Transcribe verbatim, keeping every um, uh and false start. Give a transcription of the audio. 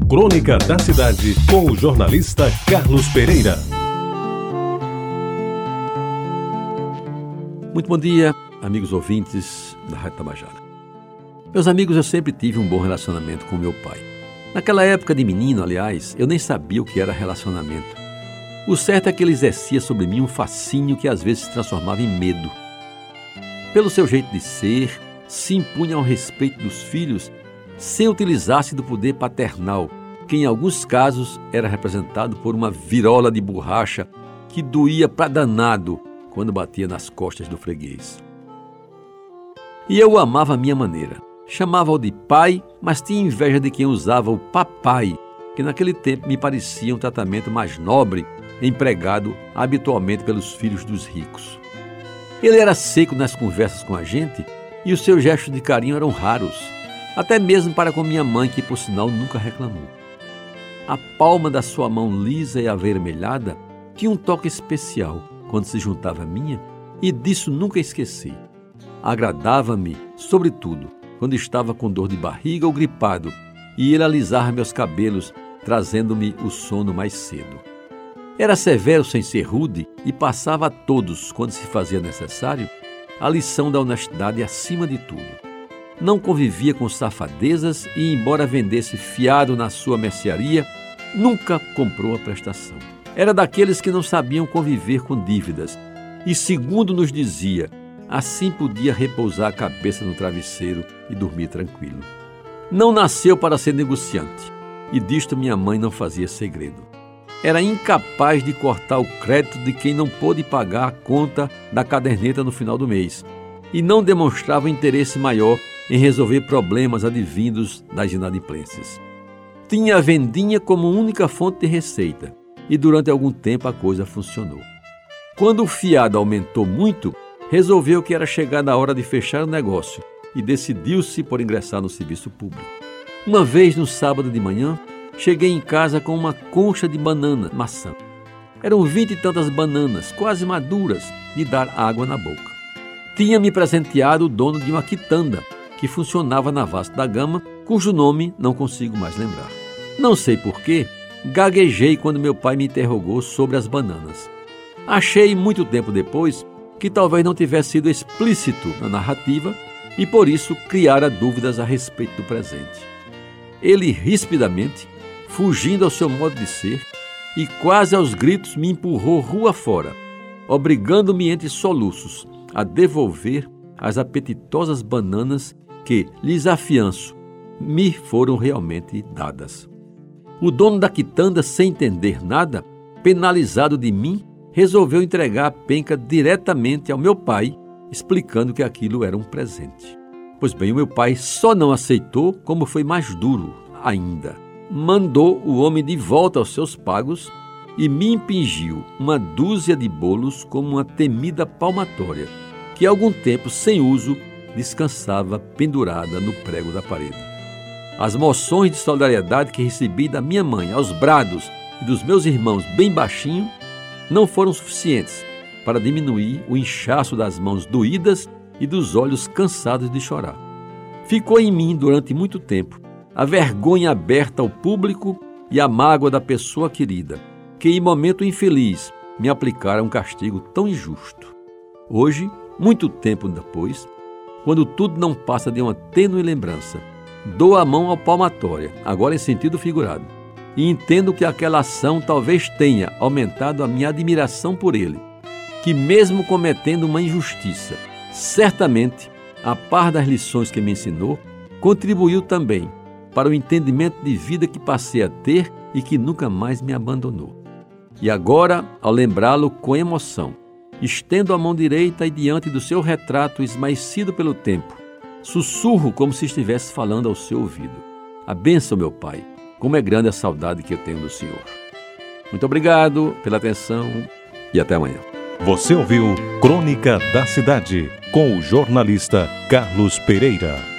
Crônica da Cidade, com o jornalista Carlos Pereira. Muito bom dia, amigos ouvintes da Rádio Tabajara. Meus amigos, eu sempre tive um bom relacionamento com meu pai. Naquela época de menino, aliás, eu nem sabia o que era relacionamento. O certo é que ele exercia sobre mim um fascínio que às vezes se transformava em medo. Pelo seu jeito de ser, se impunha ao respeito dos filhos sem utilizar-se do poder paternal, que em alguns casos era representado por uma virola de borracha que doía pra danado quando batia nas costas do freguês. E eu o amava à minha maneira. Chamava-o de pai, mas tinha inveja de quem usava o papai, que naquele tempo me parecia um tratamento mais nobre, empregado habitualmente pelos filhos dos ricos. Ele era seco nas conversas com a gente e os seus gestos de carinho eram raros, até mesmo para com minha mãe, que por sinal nunca reclamou. A palma da sua mão lisa e avermelhada tinha um toque especial quando se juntava à minha, e disso nunca esqueci. Agradava-me, sobretudo, quando estava com dor de barriga ou gripado, e ele alisava meus cabelos, trazendo-me o sono mais cedo. Era severo sem ser rude e passava a todos, quando se fazia necessário, a lição da honestidade acima de tudo. Não convivia com safadezas e, embora vendesse fiado na sua mercearia, nunca comprou a prestação. Era daqueles que não sabiam conviver com dívidas e, segundo nos dizia, assim podia repousar a cabeça no travesseiro e dormir tranquilo. Não nasceu para ser negociante e disto minha mãe não fazia segredo. Era incapaz de cortar o crédito de quem não pôde pagar a conta da caderneta no final do mês e não demonstrava interesse maior em resolver problemas advindos das inadimplências. Tinha a vendinha como única fonte de receita e durante algum tempo a coisa funcionou. Quando o fiado aumentou muito, resolveu que era chegada a hora de fechar o negócio e decidiu-se por ingressar no serviço público. Uma vez, no sábado de manhã, cheguei em casa com uma concha de banana, maçã. Eram vinte e tantas bananas, quase maduras, de dar água na boca. Tinha me presenteado o dono de uma quitanda, que funcionava na Vasco da Gama, cujo nome não consigo mais lembrar. Não sei porquê, gaguejei quando meu pai me interrogou sobre as bananas. Achei, muito tempo depois, que talvez não tivesse sido explícito na narrativa e, por isso, criara dúvidas a respeito do presente. Ele, rispidamente, fugindo ao seu modo de ser, e quase aos gritos me empurrou rua fora, obrigando-me entre soluços a devolver as apetitosas bananas que, lhes afianço, me foram realmente dadas. O dono da quitanda, sem entender nada, penalizado de mim, resolveu entregar a penca diretamente ao meu pai, explicando que aquilo era um presente. Pois bem, o meu pai só não aceitou, como foi mais duro ainda. Mandou o homem de volta aos seus pagos e me impingiu uma dúzia de bolos como uma temida palmatória, que há algum tempo, sem uso, descansava pendurada no prego da parede. As moções de solidariedade que recebi da minha mãe aos brados e dos meus irmãos bem baixinho não foram suficientes para diminuir o inchaço das mãos doídas e dos olhos cansados de chorar. Ficou em mim durante muito tempo a vergonha aberta ao público e a mágoa da pessoa querida, que em momento infeliz me aplicara um castigo tão injusto. Hoje, muito tempo depois, quando tudo não passa de uma tênue lembrança, dou a mão ao palmatória, agora em sentido figurado, e entendo que aquela ação talvez tenha aumentado a minha admiração por ele, que mesmo cometendo uma injustiça, certamente, a par das lições que me ensinou, contribuiu também para o entendimento de vida que passei a ter e que nunca mais me abandonou. E agora, ao lembrá-lo com emoção, estendo a mão direita e diante do seu retrato esmaecido pelo tempo, sussurro como se estivesse falando ao seu ouvido. A bênção, meu pai, como é grande a saudade que eu tenho do Senhor. Muito obrigado pela atenção e até amanhã. Você ouviu Crônica da Cidade, com o jornalista Carlos Pereira.